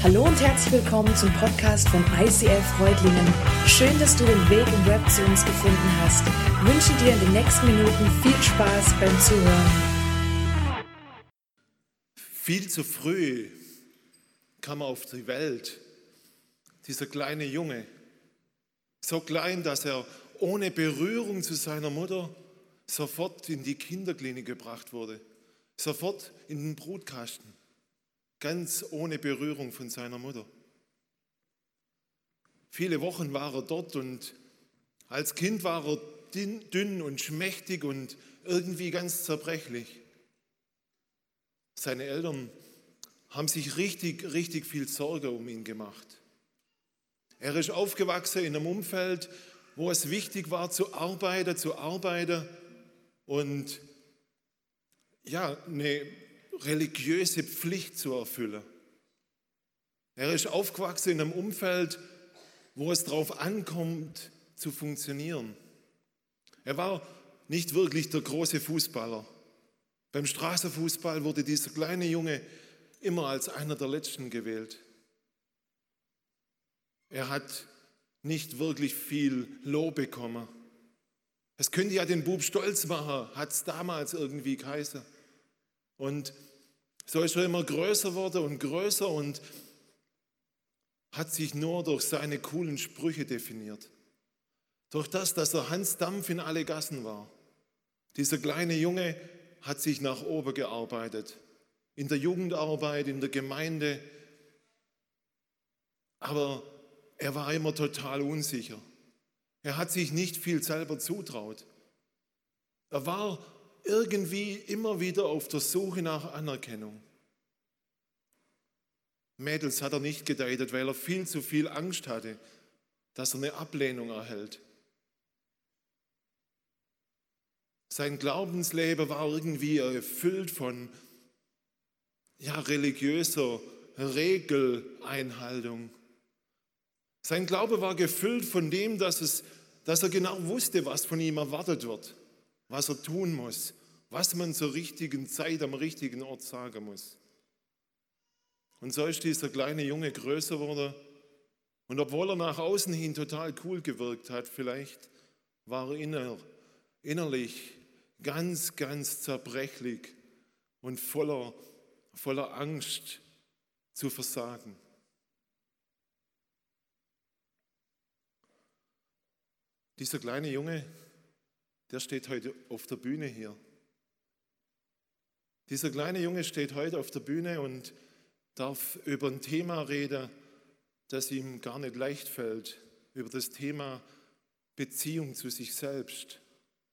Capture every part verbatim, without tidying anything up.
Hallo und herzlich willkommen zum Podcast von I C F Reutlingen. Schön, dass du den Weg im Web zu uns gefunden hast. Ich wünsche dir in den nächsten Minuten viel Spaß beim Zuhören. Viel zu früh kam er auf die Welt, dieser kleine Junge. So klein, dass er ohne Berührung zu seiner Mutter sofort in die Kinderklinik gebracht wurde. Sofort in den Brutkasten. Ganz ohne Berührung von seiner Mutter. Viele Wochen war er dort und als Kind war er dünn und schmächtig und irgendwie ganz zerbrechlich. Seine Eltern haben sich richtig, richtig viel Sorge um ihn gemacht. Er ist aufgewachsen in einem Umfeld, wo es wichtig war, zu arbeiten, zu arbeiten und ja, eine religiöse Pflicht zu erfüllen. Er ist aufgewachsen in einem Umfeld, wo es darauf ankommt, zu funktionieren. Er war nicht wirklich der große Fußballer. Beim Straßenfußball wurde dieser kleine Junge immer als einer der Letzten gewählt. Er hat nicht wirklich viel Lob bekommen. Es könnte ja den Bub stolz machen, hat es damals irgendwie geheißen. Und so ist er immer größer geworden und größer und hat sich nur durch seine coolen Sprüche definiert. Durch das, dass er Hans Dampf in alle Gassen war. Dieser kleine Junge hat sich nach oben gearbeitet. In der Jugendarbeit, in der Gemeinde. Aber er war immer total unsicher. Er hat sich nicht viel selber zutraut. Er war irgendwie immer wieder auf der Suche nach Anerkennung. Mädels hat er nicht gedatet, weil er viel zu viel Angst hatte, dass er eine Ablehnung erhält. Sein Glaubensleben war irgendwie erfüllt von ja, religiöser Regeleinhaltung. Sein Glaube war gefüllt von dem, dass, es, dass er genau wusste, was von ihm erwartet wird, was er tun muss, was man zur richtigen Zeit am richtigen Ort sagen muss. Und so ist dieser kleine Junge größer geworden. Und obwohl er nach außen hin total cool gewirkt hat, vielleicht war er inner, innerlich ganz, ganz zerbrechlich und voller, voller Angst zu versagen. Dieser kleine Junge, der steht heute auf der Bühne hier. Dieser kleine Junge steht heute auf der Bühne und darf über ein Thema reden, das ihm gar nicht leicht fällt, über das Thema Beziehung zu sich selbst.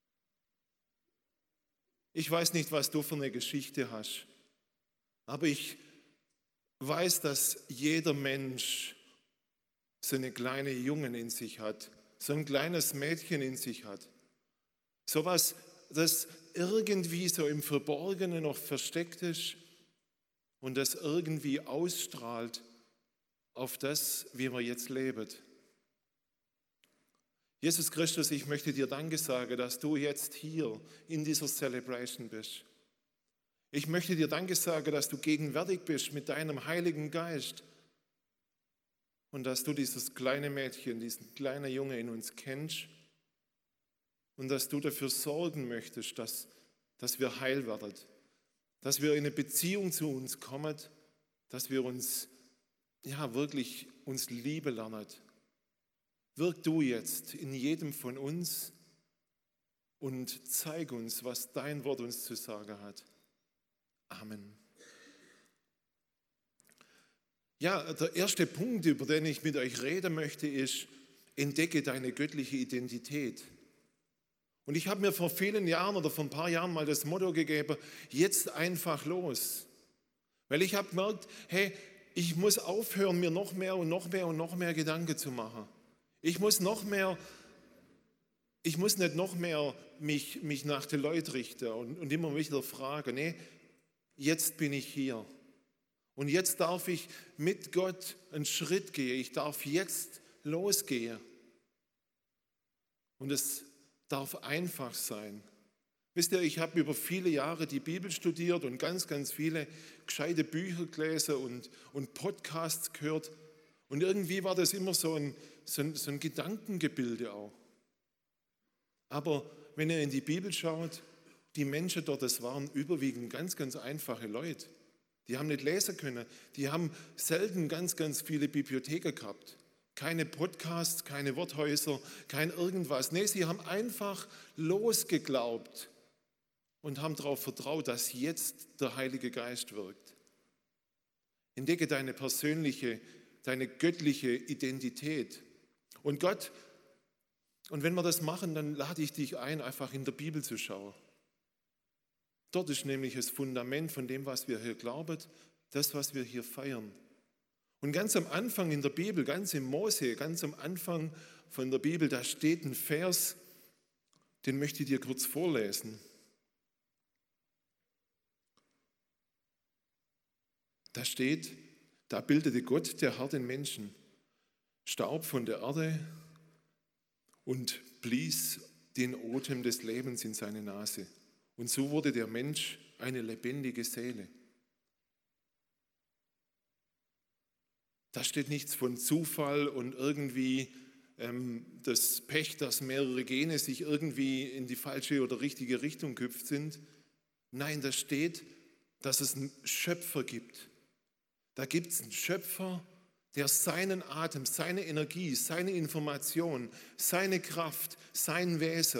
Ich weiß nicht, was du für eine Geschichte hast, aber ich weiß, dass jeder Mensch so eine kleine Jungen in sich hat, so ein kleines Mädchen in sich hat. So was, das irgendwie so im Verborgenen noch versteckt ist und das irgendwie ausstrahlt auf das, wie wir jetzt leben. Jesus Christus, ich möchte dir Danke sagen, dass du jetzt hier in dieser Celebration bist. Ich möchte dir Danke sagen, dass du gegenwärtig bist mit deinem Heiligen Geist und dass du dieses kleine Mädchen, diesen kleinen Junge in uns kennst und dass du dafür sorgen möchtest, dass, dass wir heil werden. Dass wir in eine Beziehung zu uns kommen, dass wir uns, ja, wirklich uns lieben lernen. Wirk du jetzt in jedem von uns und zeig uns, was dein Wort uns zu sagen hat. Amen. Ja, der erste Punkt, über den ich mit euch reden möchte, ist, entdecke deine göttliche Identität. Und ich habe mir vor vielen Jahren oder vor ein paar Jahren mal das Motto gegeben, jetzt einfach los. Weil ich habe gemerkt, hey, ich muss aufhören, mir noch mehr und noch mehr und noch mehr Gedanken zu machen. Ich muss noch mehr, ich muss nicht noch mehr mich, mich nach den Leuten richten und, und immer wieder fragen, nee, jetzt bin ich hier. Und jetzt darf ich mit Gott einen Schritt gehen. Ich darf jetzt losgehen. Und es darf einfach sein. Wisst ihr, ich habe über viele Jahre die Bibel studiert und ganz, ganz viele gescheite Bücher gelesen und, und Podcasts gehört. Und irgendwie war das immer so ein, so, ein, so ein Gedankengebilde auch. Aber wenn ihr in die Bibel schaut, die Menschen dort, das waren überwiegend ganz, ganz einfache Leute. Die haben nicht lesen können. Die haben selten ganz, ganz viele Bibliotheken gehabt. Keine Podcasts, keine Worthäuser, kein irgendwas. Nee, sie haben einfach losgeglaubt und haben darauf vertraut, dass jetzt der Heilige Geist wirkt. Entdecke deine persönliche, deine göttliche Identität. Und Gott, und wenn wir das machen, dann lade ich dich ein, einfach in der Bibel zu schauen. Dort ist nämlich das Fundament von dem, was wir hier glauben, das, was wir hier feiern. Und ganz am Anfang in der Bibel, ganz im Mose, ganz am Anfang von der Bibel, da steht ein Vers, den möchte ich dir kurz vorlesen. Da steht, da bildete Gott, der Herr, den Menschen, Staub von der Erde und blies den Atem des Lebens in seine Nase. Und so wurde der Mensch eine lebendige Seele. Da steht nichts von Zufall und irgendwie ähm, das Pech, dass mehrere Gene sich irgendwie in die falsche oder richtige Richtung gehüpft sind. Nein, da steht, dass es einen Schöpfer gibt. Da gibt es einen Schöpfer, der seinen Atem, seine Energie, seine Information, seine Kraft, sein Wesen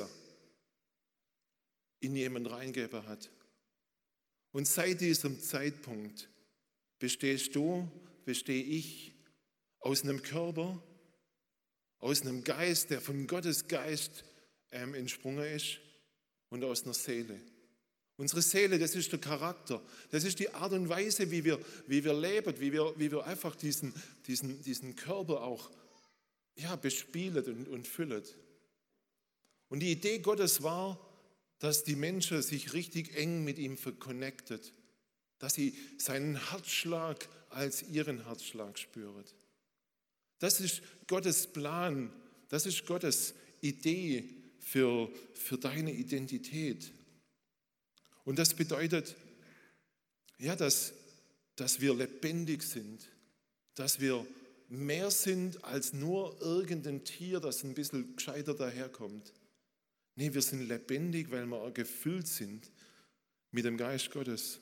in jemanden reingegeben hat. Und seit diesem Zeitpunkt bestehst du, bestehe ich aus einem Körper, aus einem Geist, der von Gottes Geist ähm, entsprungen ist, und aus einer Seele. Unsere Seele, das ist der Charakter, das ist die Art und Weise, wie wir, wie wir leben, wie wir, wie wir einfach diesen, diesen, diesen Körper auch ja, bespielen und, und füllen. Und die Idee Gottes war, dass die Menschen sich richtig eng mit ihm verconnectet, dass sie seinen Herzschlag als ihren Herzschlag spüren. Das ist Gottes Plan, das ist Gottes Idee für, für deine Identität. Und das bedeutet, ja, dass, dass wir lebendig sind, dass wir mehr sind als nur irgendein Tier, das ein bisschen gescheiter daherkommt. Nee, wir sind lebendig, weil wir gefüllt sind mit dem Geist Gottes.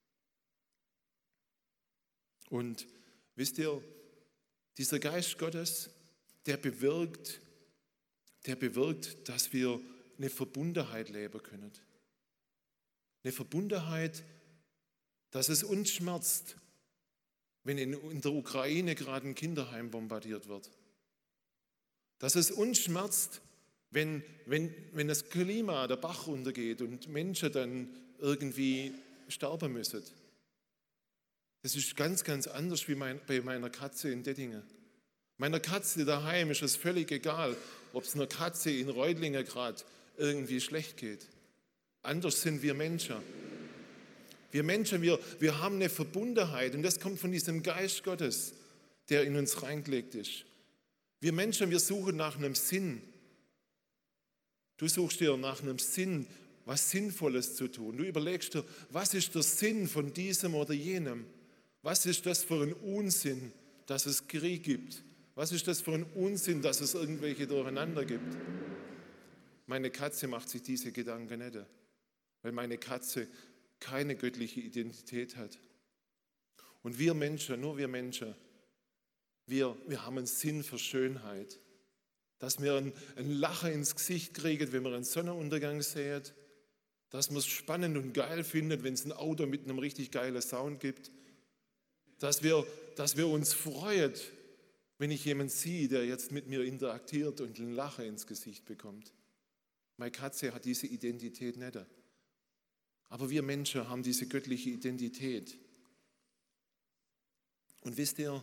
Und wisst ihr, dieser Geist Gottes, der bewirkt, der bewirkt, dass wir eine Verbundenheit leben können. Eine Verbundenheit, dass es uns schmerzt, wenn in, in der Ukraine gerade ein Kinderheim bombardiert wird. Dass es uns schmerzt, wenn, wenn, wenn das Klima, der Bach runtergeht und Menschen dann irgendwie sterben müssen. Das ist ganz, ganz anders wie mein, bei meiner Katze in Dettingen. Meiner Katze daheim ist es völlig egal, ob es einer Katze in Reutlingen gerade irgendwie schlecht geht. Anders sind wir Menschen. Wir Menschen, wir, wir haben eine Verbundenheit und das kommt von diesem Geist Gottes, der in uns reingelegt ist. Wir Menschen, wir suchen nach einem Sinn. Du suchst dir nach einem Sinn, was Sinnvolles zu tun. Du überlegst dir, was ist der Sinn von diesem oder jenem? Was ist das für ein Unsinn, dass es Krieg gibt? Was ist das für ein Unsinn, dass es irgendwelche Durcheinander gibt? Meine Katze macht sich diese Gedanken nicht, weil meine Katze keine göttliche Identität hat. Und wir Menschen, nur wir Menschen, wir, wir haben einen Sinn für Schönheit. Dass wir ein, ein Lachen ins Gesicht kriegen, wenn wir einen Sonnenuntergang sehen. Dass wir es spannend und geil finden, wenn es ein Auto mit einem richtig geilen Sound gibt. Dass wir, dass wir uns freuen, wenn ich jemanden sehe, der jetzt mit mir interagiert und ein Lachen ins Gesicht bekommt. Meine Katze hat diese Identität nicht. Aber wir Menschen haben diese göttliche Identität. Und wisst ihr,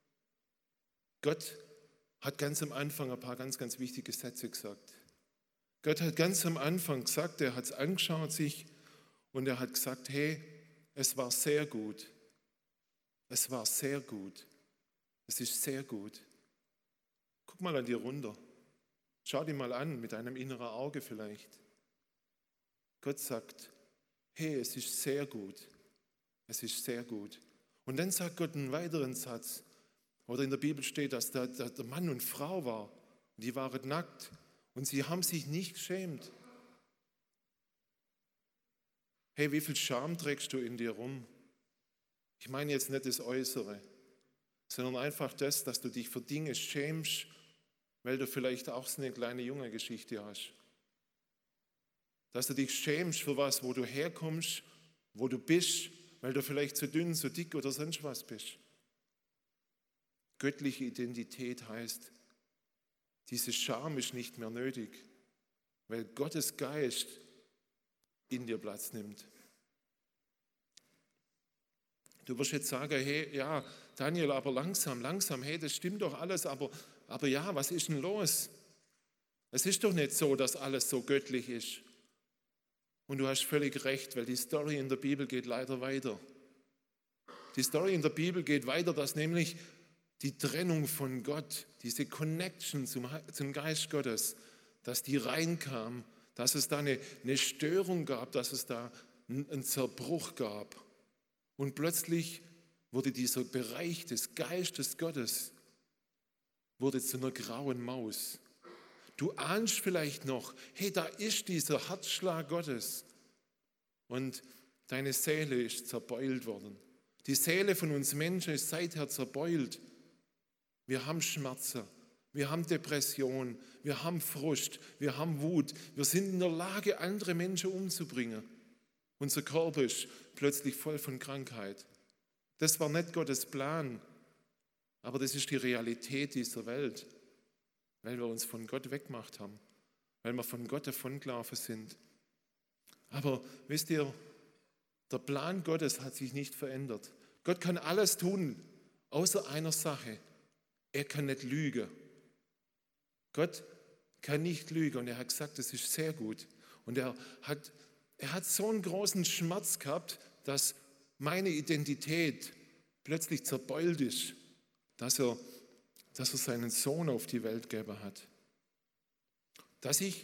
Gott hat ganz am Anfang ein paar ganz, ganz wichtige Sätze gesagt. Gott hat ganz am Anfang gesagt, er hat es angeschaut sich und er hat gesagt, hey, es war sehr gut. Es war sehr gut. Es ist sehr gut. Guck mal an dir runter. Schau dir mal an mit deinem inneren Auge vielleicht. Gott sagt, hey, es ist sehr gut. Es ist sehr gut. Und dann sagt Gott einen weiteren Satz. Oder in der Bibel steht, dass der, der, der Mann und Frau war. Die waren nackt. Und sie haben sich nicht geschämt. Hey, wie viel Scham trägst du in dir rum? Ich meine jetzt nicht das Äußere, sondern einfach das, dass du dich für Dinge schämst, weil du vielleicht auch so eine kleine junge Geschichte hast. Dass du dich schämst für was, wo du herkommst, wo du bist, weil du vielleicht zu dünn, zu dick oder sonst was bist. Göttliche Identität heißt, diese Scham ist nicht mehr nötig, weil Gottes Geist in dir Platz nimmt. Du wirst jetzt sagen, hey, ja, Daniel, aber langsam, langsam, hey, das stimmt doch alles, aber, aber ja, was ist denn los? Es ist doch nicht so, dass alles so göttlich ist. Und du hast völlig recht, weil die Story in der Bibel geht leider weiter. Die Story in der Bibel geht weiter, dass nämlich die Trennung von Gott, diese Connection zum, zum Geist Gottes, dass die reinkam, dass es da eine, eine Störung gab, dass es da einen Zerbruch gab. Und plötzlich wurde dieser Bereich des Geistes Gottes wurde zu einer grauen Maus. Du ahnst vielleicht noch, hey, da ist dieser Herzschlag Gottes. Und deine Seele ist zerbeult worden. Die Seele von uns Menschen ist seither zerbeult. Wir haben Schmerzen, wir haben Depression, wir haben Frust, wir haben Wut. Wir sind in der Lage, andere Menschen umzubringen. Unser Körper ist plötzlich voll von Krankheit. Das war nicht Gottes Plan, aber das ist die Realität dieser Welt, weil wir uns von Gott weggemacht haben, weil wir von Gott davongelaufen sind. Aber wisst ihr, der Plan Gottes hat sich nicht verändert. Gott kann alles tun, außer einer Sache. Er kann nicht lügen. Gott kann nicht lügen und er hat gesagt, das ist sehr gut. Und er hat, er hat so einen großen Schmerz gehabt, dass meine Identität plötzlich zerbeult ist, dass er, dass er seinen Sohn auf die Welt gegeben hat. Dass ich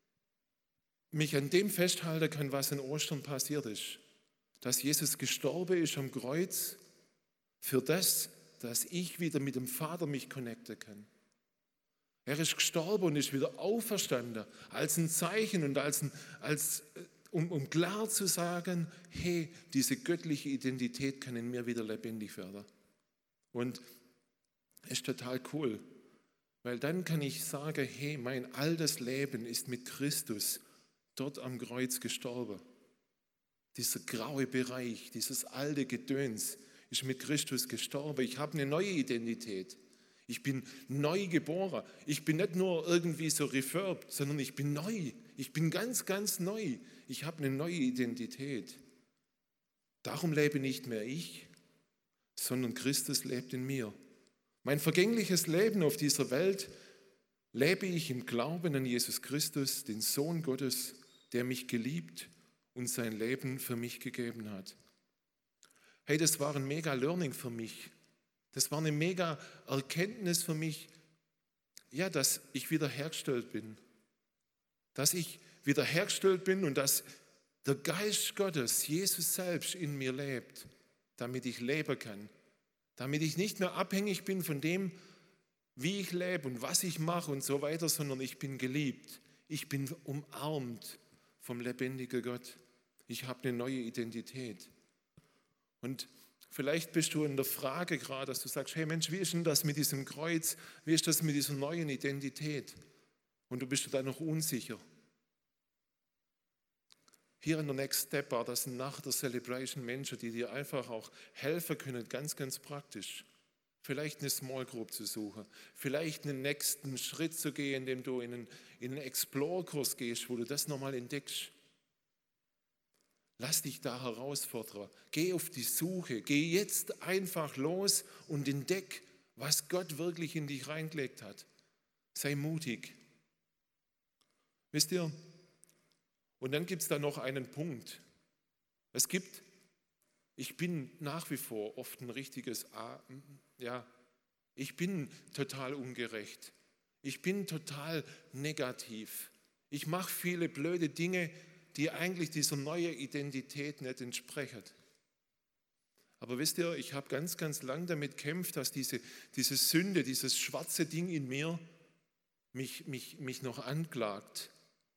mich an dem festhalten kann, was in Ostern passiert ist. Dass Jesus gestorben ist am Kreuz für das, dass ich wieder mit dem Vater mich connecten kann. Er ist gestorben und ist wieder auferstanden als ein Zeichen und als, ein, als um, um klar zu sagen, hey, diese göttliche Identität kann in mir wieder lebendig werden. Und es ist total cool, weil dann kann ich sagen, hey, mein altes Leben ist mit Christus dort am Kreuz gestorben. Dieser graue Bereich, dieses alte Gedöns ist mit Christus gestorben. Ich habe eine neue Identität. Ich bin neu geboren. Ich bin nicht nur irgendwie so refurbed, sondern ich bin neu. Ich bin ganz, ganz neu. Ich habe eine neue Identität. Darum lebe nicht mehr ich, sondern Christus lebt in mir. Mein vergängliches Leben auf dieser Welt lebe ich im Glauben an Jesus Christus, den Sohn Gottes, der mich geliebt und sein Leben für mich gegeben hat. Hey, das war ein mega Learning für mich. Das war eine mega Erkenntnis für mich, ja, dass ich wiederhergestellt bin. Dass ich wiederhergestellt bin und dass der Geist Gottes, Jesus selbst, in mir lebt, damit ich leben kann. Damit ich nicht mehr abhängig bin von dem, wie ich lebe und was ich mache und so weiter, sondern ich bin geliebt. Ich bin umarmt vom lebendigen Gott. Ich habe eine neue Identität. Und vielleicht bist du in der Frage gerade, dass du sagst, hey Mensch, wie ist denn das mit diesem Kreuz? Wie ist das mit dieser neuen Identität? Und du bist da noch unsicher. Hier in der Next Step Bar, das sind nach der Celebration Menschen, die dir einfach auch helfen können, ganz, ganz praktisch. Vielleicht eine Small Group zu suchen, vielleicht einen nächsten Schritt zu gehen, indem du in einen, in einen Explore-Kurs gehst, wo du das nochmal entdeckst. Lass dich da herausfordern. Geh auf die Suche. Geh jetzt einfach los und entdeck, was Gott wirklich in dich reingelegt hat. Sei mutig. Wisst ihr? Und dann gibt es da noch einen Punkt. Es gibt, ich bin nach wie vor oft ein richtiges, ja, ich bin total ungerecht. Ich bin total negativ. Ich mache viele blöde Dinge, die eigentlich dieser neuen Identität nicht entsprechen. Aber wisst ihr, ich habe ganz, ganz lang damit gekämpft, dass diese, diese Sünde, dieses schwarze Ding in mir mich, mich, mich noch anklagt.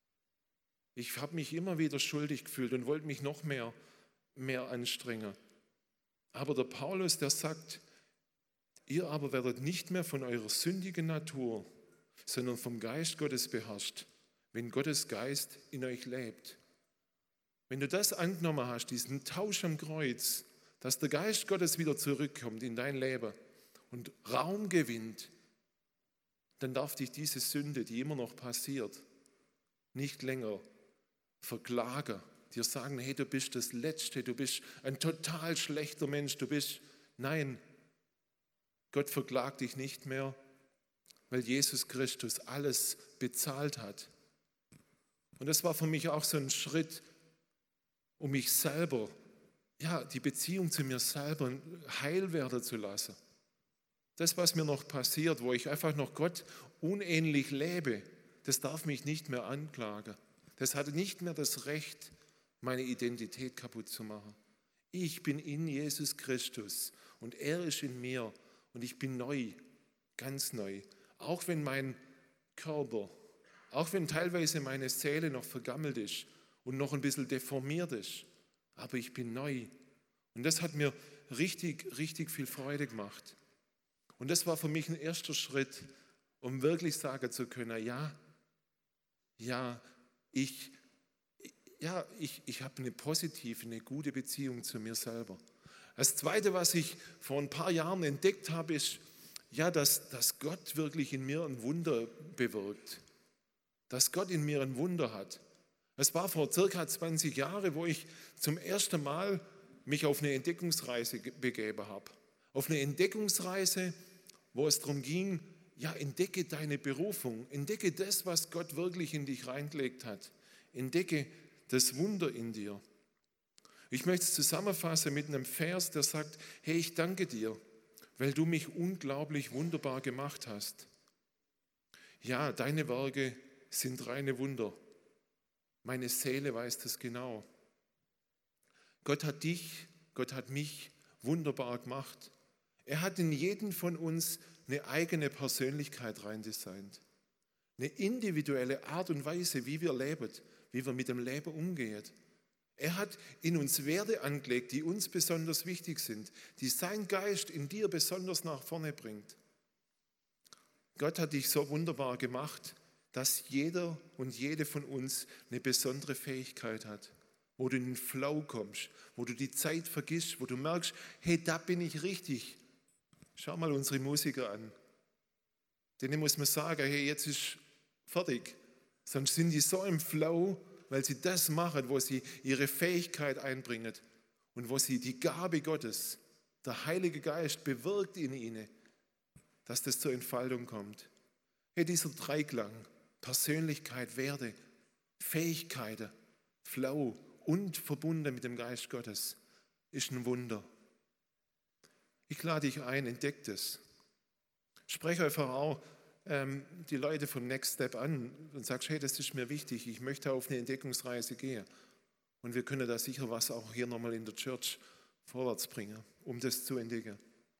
Ich habe mich immer wieder schuldig gefühlt und wollte mich noch mehr, mehr anstrengen. Aber der Paulus, der sagt, ihr aber werdet nicht mehr von eurer sündigen Natur, sondern vom Geist Gottes beherrscht, wenn Gottes Geist in euch lebt. Wenn du das angenommen hast, diesen Tausch am Kreuz, dass der Geist Gottes wieder zurückkommt in dein Leben und Raum gewinnt, dann darf dich diese Sünde, die immer noch passiert, nicht länger verklagen. Dir sagen, hey, du bist das Letzte, du bist ein total schlechter Mensch, du bist, nein, Gott verklagt dich nicht mehr, weil Jesus Christus alles bezahlt hat. Und das war für mich auch so ein Schritt, um mich selber, ja, die Beziehung zu mir selber heil werden zu lassen. Das, was mir noch passiert, wo ich einfach noch Gott unähnlich lebe, das darf mich nicht mehr anklagen. Das hat nicht mehr das Recht, meine Identität kaputt zu machen. Ich bin in Jesus Christus und er ist in mir und ich bin neu, ganz neu. Auch wenn mein Körper, auch wenn teilweise meine Seele noch vergammelt ist und noch ein bisschen deformiert ist, aber ich bin neu. Und das hat mir richtig, richtig viel Freude gemacht. Und das war für mich ein erster Schritt, um wirklich sagen zu können, ja, ja, ich, ja, ich, ich habe eine positive, eine gute Beziehung zu mir selber. Das Zweite, was ich vor ein paar Jahren entdeckt habe, ist, ja, dass, dass Gott wirklich in mir ein Wunder bewirkt. Dass Gott in mir ein Wunder hat. Es war vor circa zwanzig Jahren, wo ich zum ersten Mal mich auf eine Entdeckungsreise begeben habe. Auf eine Entdeckungsreise, wo es darum ging, ja, entdecke deine Berufung, entdecke das, was Gott wirklich in dich reingelegt hat. Entdecke das Wunder in dir. Ich möchte es zusammenfassen mit einem Vers, der sagt, hey, ich danke dir, weil du mich unglaublich wunderbar gemacht hast. Ja, deine Werke sind reine Wunder. Meine Seele weiß das genau. Gott hat dich, Gott hat mich wunderbar gemacht. Er hat in jeden von uns eine eigene Persönlichkeit reindesignt. Eine individuelle Art und Weise, wie wir leben, wie wir mit dem Leben umgehen. Er hat in uns Werte angelegt, die uns besonders wichtig sind, die sein Geist in dir besonders nach vorne bringt. Gott hat dich so wunderbar gemacht, dass jeder und jede von uns eine besondere Fähigkeit hat, wo du in den Flow kommst, wo du die Zeit vergisst, wo du merkst, hey, da bin ich richtig. Schau mal unsere Musiker an. Denen muss man sagen, hey, jetzt ist fertig. Sonst sind die so im Flow, weil sie das machen, wo sie ihre Fähigkeit einbringen und wo sie die Gabe Gottes, der Heilige Geist, bewirkt in ihnen, dass das zur Entfaltung kommt. Hey, dieser Dreiklang, Persönlichkeit, Werte, Fähigkeiten, Flow und verbunden mit dem Geist Gottes, ist ein Wunder. Ich lade dich ein, entdeck das. Spreche einfach auch ähm, die Leute vom Next Step an und sagst, hey, das ist mir wichtig, ich möchte auf eine Entdeckungsreise gehen. Und wir können da sicher was auch hier nochmal in der Church vorwärts bringen, um das zu entdecken.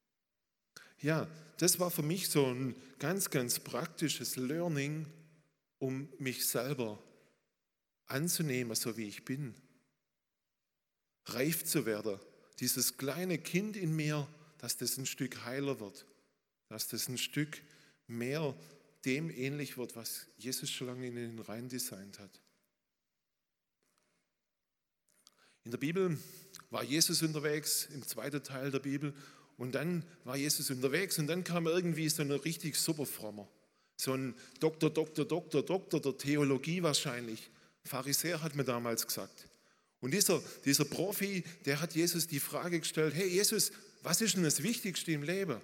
Ja, das war für mich so ein ganz, ganz praktisches Learning, um mich selber anzunehmen, so wie ich bin. Reif zu werden, dieses kleine Kind in mir, dass das ein Stück heiler wird, dass das ein Stück mehr dem ähnlich wird, was Jesus schon lange in den rein designt hat. In der Bibel war Jesus unterwegs, im zweiten Teil der Bibel, und dann war Jesus unterwegs und dann kam irgendwie so ein richtig super frommer, so ein Doktor, Doktor, Doktor, Doktor der Theologie wahrscheinlich. Pharisäer hat mir damals gesagt. Und dieser, dieser Profi, der hat Jesus die Frage gestellt, hey Jesus, was ist denn das Wichtigste im Leben?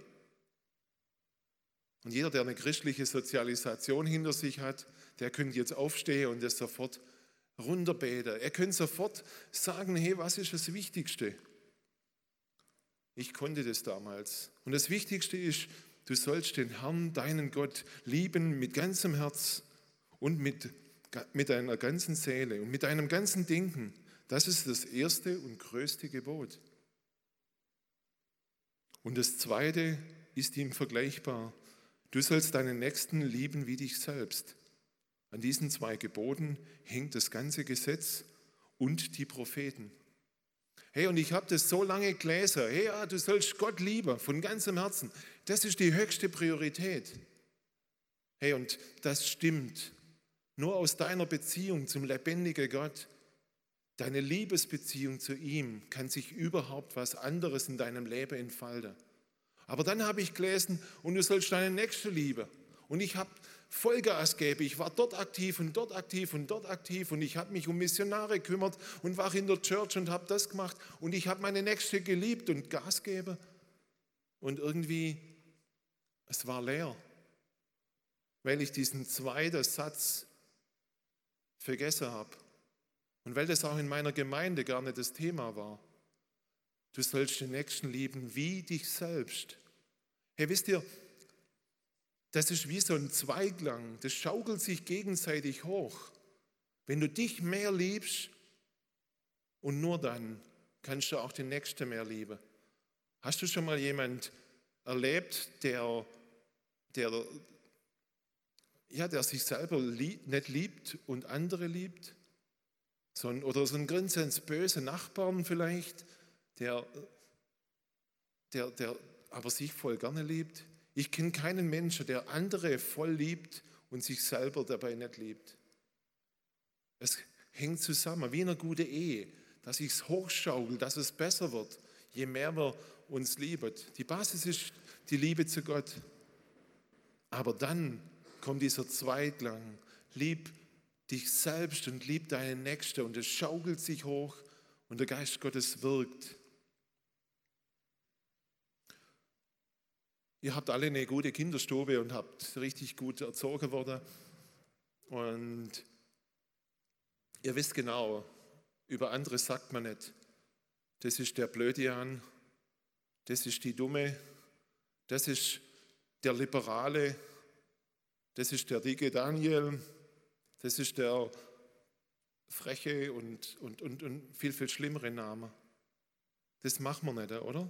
Und jeder, der eine christliche Sozialisation hinter sich hat, der könnte jetzt aufstehen und das sofort runterbeten. Er könnte sofort sagen, hey, was ist das Wichtigste? Ich konnte das damals. Und das Wichtigste ist, du sollst den Herrn, deinen Gott, lieben mit ganzem Herz und mit mit deiner ganzen Seele und mit deinem ganzen Denken. Das ist das erste und größte Gebot. Und das zweite ist ihm vergleichbar. Du sollst deinen Nächsten lieben wie dich selbst. An diesen zwei Geboten hängt das ganze Gesetz und die Propheten. Hey, und ich habe das so lange gelesen. Hey, ja, du sollst Gott lieben von ganzem Herzen. Das ist die höchste Priorität. Hey, und das stimmt. Nur aus deiner Beziehung zum lebendigen Gott, deine Liebesbeziehung zu ihm, kann sich überhaupt was anderes in deinem Leben entfalten. Aber dann habe ich gelesen, und du sollst deinen Nächsten lieben. Und ich habe Vollgas gegeben. Ich war dort aktiv und dort aktiv und dort aktiv. Und ich habe mich um Missionare gekümmert und war in der Church und habe das gemacht. Und ich habe meine Nächste geliebt und Gas gegeben. Und irgendwie, es war leer. Weil ich diesen zweiten Satz vergessen habe. Und weil das auch in meiner Gemeinde gar nicht das Thema war. Du sollst den Nächsten lieben wie dich selbst. Hey, wisst ihr, das ist wie so ein Zweiklang. Das schaukelt sich gegenseitig hoch. Wenn du dich mehr liebst, und nur dann kannst du auch den Nächsten mehr lieben. Hast du schon mal jemanden erlebt, der, der, ja, der sich selber lieb, nicht liebt und andere liebt? So ein, oder so ein ganz böse Nachbarn vielleicht, der, der, der aber sich voll gerne liebt. Ich kenne keinen Menschen, der andere voll liebt und sich selber dabei nicht liebt. Es hängt zusammen, wie in einer guten Ehe, dass ich es hochschaukelt, dass es besser wird, je mehr wir uns lieben. Die Basis ist die Liebe zu Gott. Aber dann kommt dieser Zweiklang, lieb dich selbst und lieb deinen Nächsten, und es schaukelt sich hoch und der Geist Gottes wirkt. Ihr habt alle eine gute Kinderstube und habt richtig gut erzogen worden. Und ihr wisst genau, über andere sagt man nicht, das ist der Blödian, das ist die Dumme, das ist der Liberale, das ist der dicke Daniel, das ist der freche und, und, und, und viel, viel schlimmere Name. Das machen wir nicht, oder?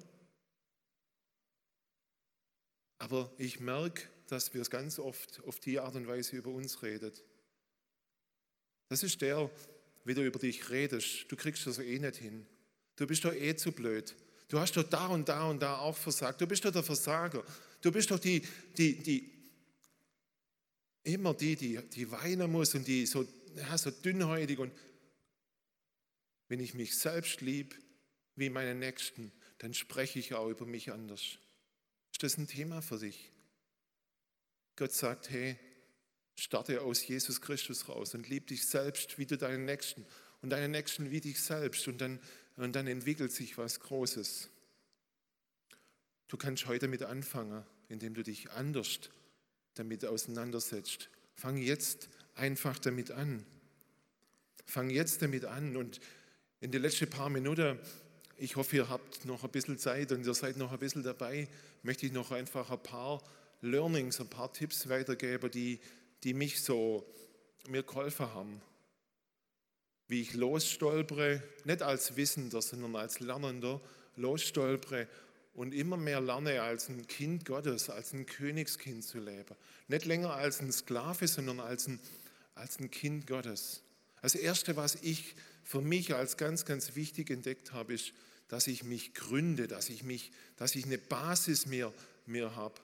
Aber ich merke, dass wir es ganz oft auf die Art und Weise über uns reden. Das ist der, wie du über dich redest. Du kriegst das eh nicht hin. Du bist doch eh zu blöd. Du hast doch da und da und da auch versagt. Du bist doch der Versager. Du bist doch die, die, die immer die, die, die weinen muss und die so, ja, so dünnhäutig. Und wenn ich mich selbst liebe wie meinen Nächsten, dann spreche ich auch über mich anders. Ist das ein Thema für dich? Gott sagt, hey, starte aus Jesus Christus raus und lieb dich selbst wie du deinen Nächsten und deinen Nächsten wie dich selbst, und dann, und dann entwickelt sich was Großes. Du kannst heute mit anfangen, indem du dich anders damit auseinandersetzt. Fang jetzt einfach damit an. Fang jetzt damit an, und in den letzten paar Minuten, ich hoffe, ihr habt noch ein bisschen Zeit und ihr seid noch ein bisschen dabei, möchte ich noch einfach ein paar Learnings, ein paar Tipps weitergeben, die, die mich so mir geholfen haben. Wie ich losstolpere, nicht als Wissender, sondern als Lernender, losstolpere und immer mehr lerne, als ein Kind Gottes, als ein Königskind zu leben. Nicht länger als ein Sklave, sondern als ein, als ein Kind Gottes. Das Erste, was ich für mich als ganz, ganz wichtig entdeckt habe, ist, dass ich mich gründe, dass ich, mich, dass ich eine Basis mir, mir habe.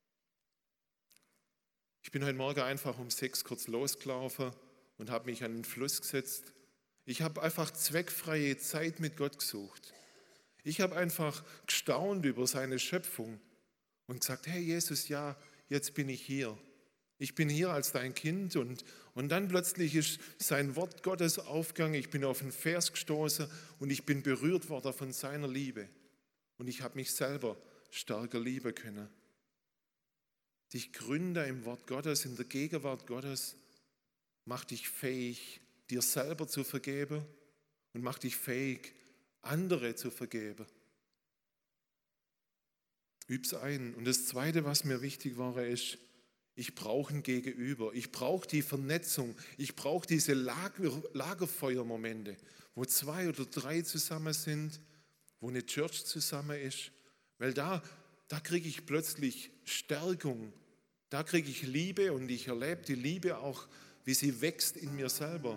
Ich bin heute Morgen einfach um sechs kurz losgelaufen und habe mich an den Fluss gesetzt. Ich habe einfach zweckfreie Zeit mit Gott gesucht. Ich habe einfach gestaunt über seine Schöpfung und gesagt, hey Jesus, ja, jetzt bin ich hier. Ich bin hier als dein Kind, und, und dann plötzlich ist sein Wort Gottes aufgegangen. Ich bin auf einen Vers gestoßen und ich bin berührt worden von seiner Liebe. Und ich habe mich selber stärker lieben können. Dich gründe im Wort Gottes, in der Gegenwart Gottes, macht dich fähig, dir selber zu vergeben, und macht dich fähig, andere zu vergeben. Üb's ein. Und das Zweite, was mir wichtig war, ist, Ich brauche ein Gegenüber. Ich brauche die Vernetzung. Ich brauche diese Lager, Lagerfeuermomente, wo zwei oder drei zusammen sind, wo eine Church zusammen ist. Weil da, da kriege ich plötzlich Stärkung. Da kriege ich Liebe und ich erlebe die Liebe auch, wie sie wächst in mir selber.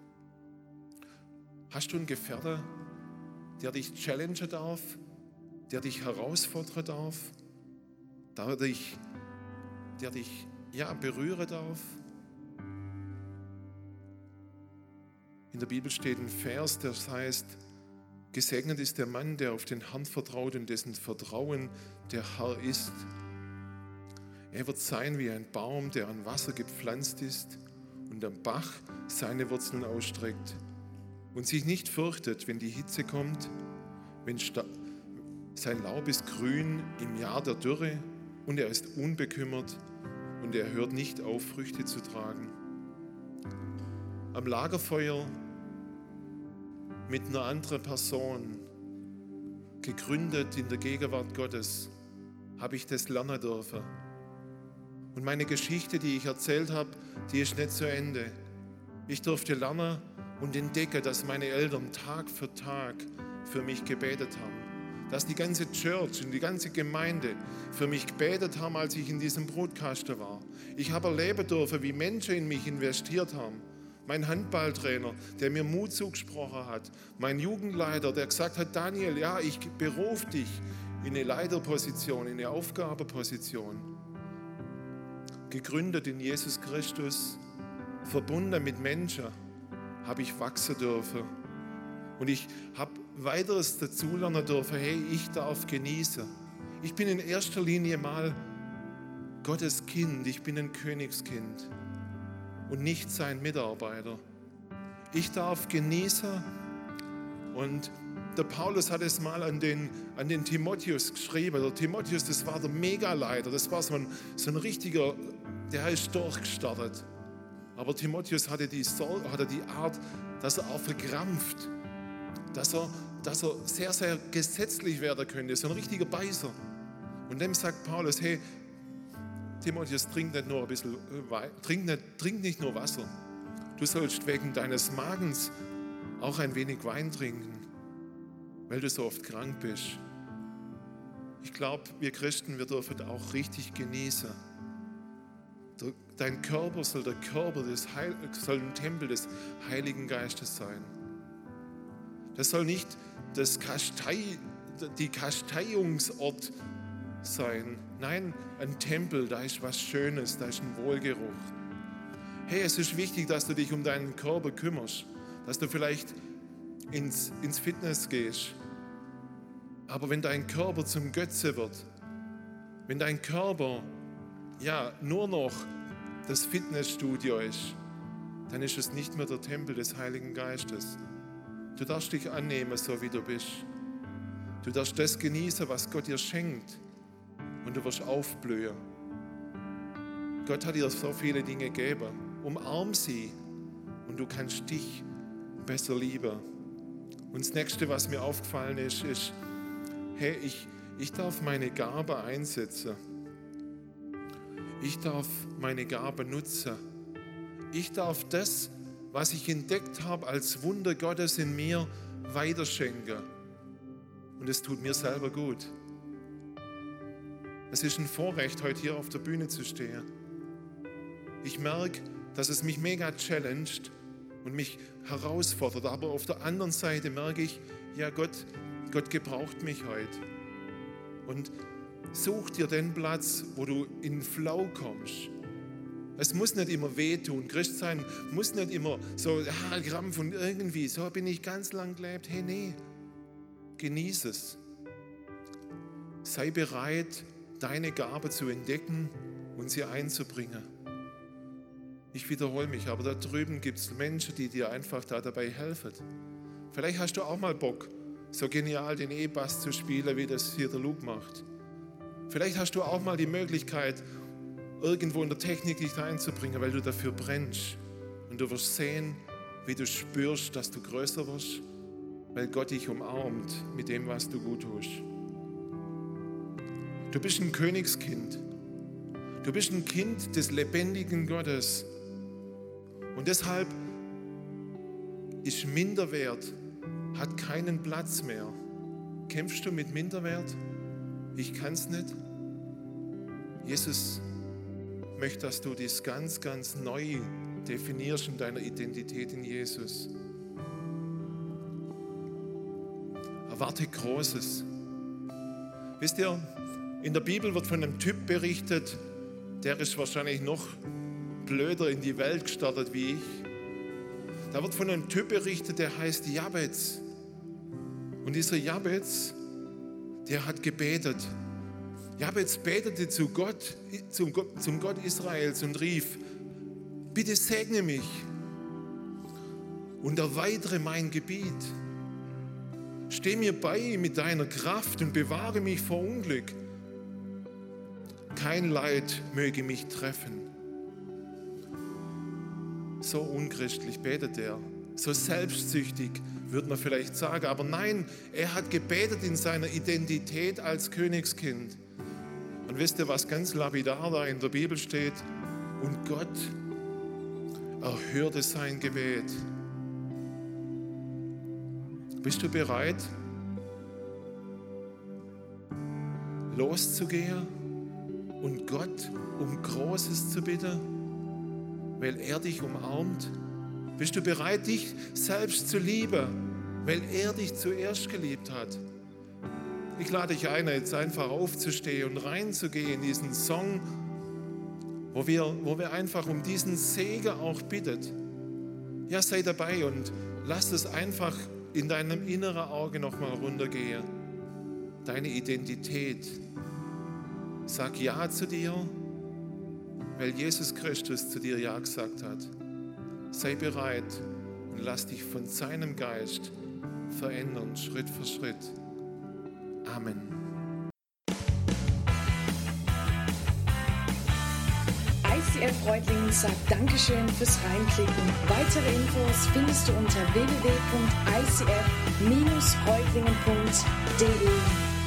Hast du einen Gefährten, der dich challengen darf, der dich herausfordern darf, der dich, der dich ja, berühren darf? In der Bibel steht ein Vers, der heißt, gesegnet ist der Mann, der auf den Herrn vertraut und dessen Vertrauen der Herr ist. Er wird sein wie ein Baum, der an Wasser gepflanzt ist und am Bach seine Wurzeln ausstreckt und sich nicht fürchtet, wenn die Hitze kommt, wenn Sta- sein Laub ist grün im Jahr der Dürre und er ist unbekümmert und er hört nicht auf, Früchte zu tragen. Am Lagerfeuer mit einer anderen Person, gegründet in der Gegenwart Gottes, habe ich das lernen dürfen. Und meine Geschichte, die ich erzählt habe, die ist nicht zu Ende. Ich durfte lernen und entdecken, dass meine Eltern Tag für Tag für mich gebetet haben. Dass die ganze Church und die ganze Gemeinde für mich gebetet haben, als ich in diesem Brutkasten war. Ich habe erleben dürfen, wie Menschen in mich investiert haben. Mein Handballtrainer, der mir Mut zugesprochen hat. Mein Jugendleiter, der gesagt hat, Daniel, ja, ich berufe dich in eine Leiterposition, in eine Aufgabeposition. Gegründet in Jesus Christus, verbunden mit Menschen, habe ich wachsen dürfen. Und ich habe weiteres dazu lernen dürfen, hey, ich darf genießen. Ich bin in erster Linie mal Gottes Kind, ich bin ein Königskind und nicht sein Mitarbeiter. Ich darf genießen und der Paulus hat es mal an den, an den Timotheus geschrieben. Der Timotheus, das war der Megaleiter, das war so ein, so ein richtiger, der ist durchgestartet. Aber Timotheus hatte die, hatte die Art, dass er auch verkrampft, dass er, dass er sehr, sehr gesetzlich werden könnte, so ein richtiger Beißer. Und dem sagt Paulus, hey, Timotheus, trink nicht nur ein bisschen Wein, trink nicht, trink nicht nur Wasser. Du sollst wegen deines Magens auch ein wenig Wein trinken, weil du so oft krank bist. Ich glaube, wir Christen, wir dürfen auch richtig genießen. Der, dein Körper soll der Körper des Heil, soll ein Tempel des Heiligen Geistes sein. Das soll nicht das Kastei, die Kasteiungsort sein. Nein, ein Tempel, da ist was Schönes, da ist ein Wohlgeruch. Hey, es ist wichtig, dass du dich um deinen Körper kümmerst, dass du vielleicht ins, ins Fitness gehst. Aber wenn dein Körper zum Götze wird, wenn dein Körper ja nur noch das Fitnessstudio ist, dann ist es nicht mehr der Tempel des Heiligen Geistes. Du darfst dich annehmen, so wie du bist. Du darfst das genießen, was Gott dir schenkt. Und du wirst aufblühen. Gott hat dir so viele Dinge gegeben. Umarm sie und du kannst dich besser lieben. Und das Nächste, was mir aufgefallen ist, ist, hey, ich, ich darf meine Gabe einsetzen. Ich darf meine Gabe nutzen. Ich darf das, was ich entdeckt habe als Wunder Gottes in mir, weiterschenken. Und es tut mir selber gut. Es ist ein Vorrecht, heute hier auf der Bühne zu stehen. Ich merke, dass es mich mega challenged und mich herausfordert. Aber auf der anderen Seite merke ich, ja, Gott, Gott gebraucht mich heute. Und such dir den Platz, wo du in Flow kommst. Es muss nicht immer wehtun. Christsein muss nicht immer so, ja, Krampf und irgendwie, so bin ich ganz lang gelebt. Hey, nee, genieß es. Sei bereit, deine Gabe zu entdecken und sie einzubringen. Ich wiederhole mich, aber da drüben gibt es Menschen, die dir einfach da dabei helfen. Vielleicht hast du auch mal Bock, so genial den E-Bass zu spielen, wie das hier der Luke macht. Vielleicht hast du auch mal die Möglichkeit, irgendwo in der Technik dich einzubringen, weil du dafür brennst. Und du wirst sehen, wie du spürst, dass du größer wirst, weil Gott dich umarmt mit dem, was du gut tust. Du bist ein Königskind. Du bist ein Kind des lebendigen Gottes. Und deshalb ist Minderwert, hat keinen Platz mehr. Kämpfst du mit Minderwert? Ich kann es nicht. Jesus möchte, dass du dies ganz, ganz neu definierst in deiner Identität in Jesus. Erwarte Großes. Wisst ihr, in der Bibel wird von einem Typ berichtet, der ist wahrscheinlich noch blöder in die Welt gestartet wie ich. Da wird von einem Typ berichtet, der heißt Jabez. Und dieser Jabez, der hat gebetet. Jabez betete zu Gott, zum Gott, zum Gott Israels und rief: Bitte segne mich und erweitere mein Gebiet. Steh mir bei mit deiner Kraft und bewahre mich vor Unglück. Kein Leid möge mich treffen. So unchristlich betet er, so selbstsüchtig, würde man vielleicht sagen. Aber nein, er hat gebetet in seiner Identität als Königskind. Und wisst ihr, was ganz lapidar da in der Bibel steht? Und Gott erhörte sein Gebet. Bist du bereit, loszugehen und Gott um Großes zu bitten, weil er dich umarmt? Bist du bereit, dich selbst zu lieben, weil er dich zuerst geliebt hat? Ich lade dich ein, jetzt einfach aufzustehen und reinzugehen in diesen Song, wo wir, wo wir einfach um diesen Segen auch bittet. Ja, sei dabei und lass es einfach in deinem inneren Auge nochmal runtergehen. Deine Identität. Sag Ja zu dir, weil Jesus Christus zu dir Ja gesagt hat. Sei bereit und lass dich von seinem Geist verändern, Schritt für Schritt. Amen. I C F Reutlingen sagt Dankeschön fürs Reinklicken. Weitere Infos findest du unter w w w punkt i c f Bindestrich reutlingen punkt d e.